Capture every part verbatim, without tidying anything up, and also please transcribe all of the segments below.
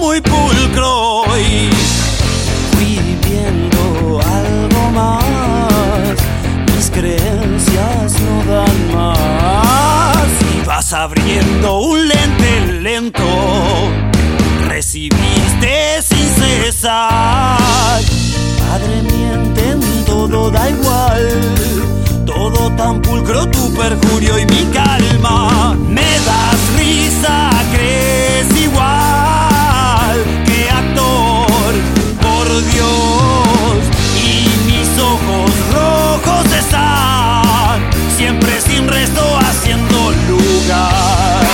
muy pulcro y fui viendo algo más. Mis creencias no dan más. Y vas abriendo un lente lento, recibiste sin cesar. Padre, miente en todo, da igual. Todo tan pulcro, tu perjurio y mi calma. Me das risa, crees igual que actor, por Dios. Y mis ojos rojos están siempre sin resto haciendo lugar.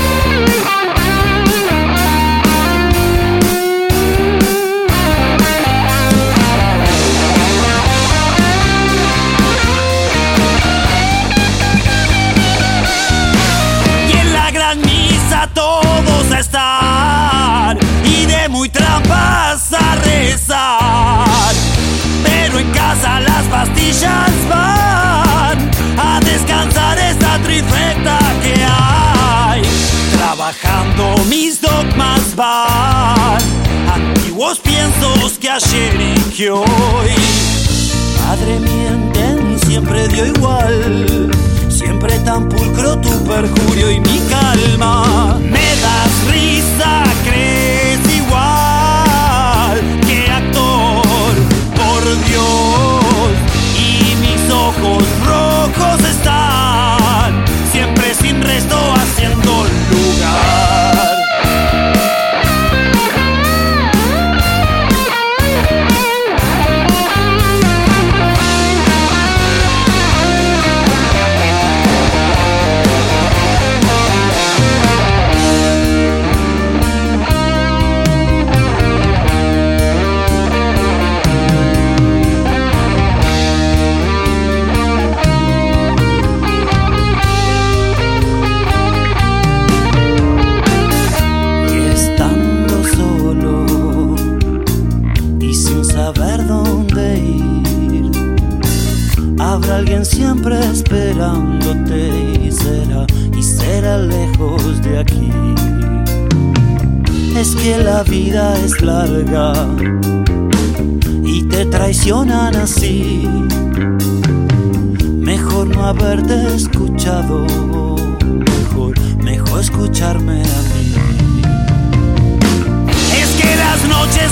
Todos a estar y de muy trampas a rezar, pero en casa las pastillas van a descansar esta trifecta que hay. Trabajando mis dogmas van antiguos piensos que ayer y que hoy. Padre, mienten, siempre dio igual. Siempre tan pulcro tu perjurio y mi calma. Me das risa, crees igual que actor, por Dios. Y mis ojos rojos están siempre sin resto haciendo lugar. Alguien siempre esperándote y será, y será lejos de aquí. Es que la vida es larga y te traicionan así. Mejor no haberte escuchado, mejor, mejor escucharme a mí. Es que las noches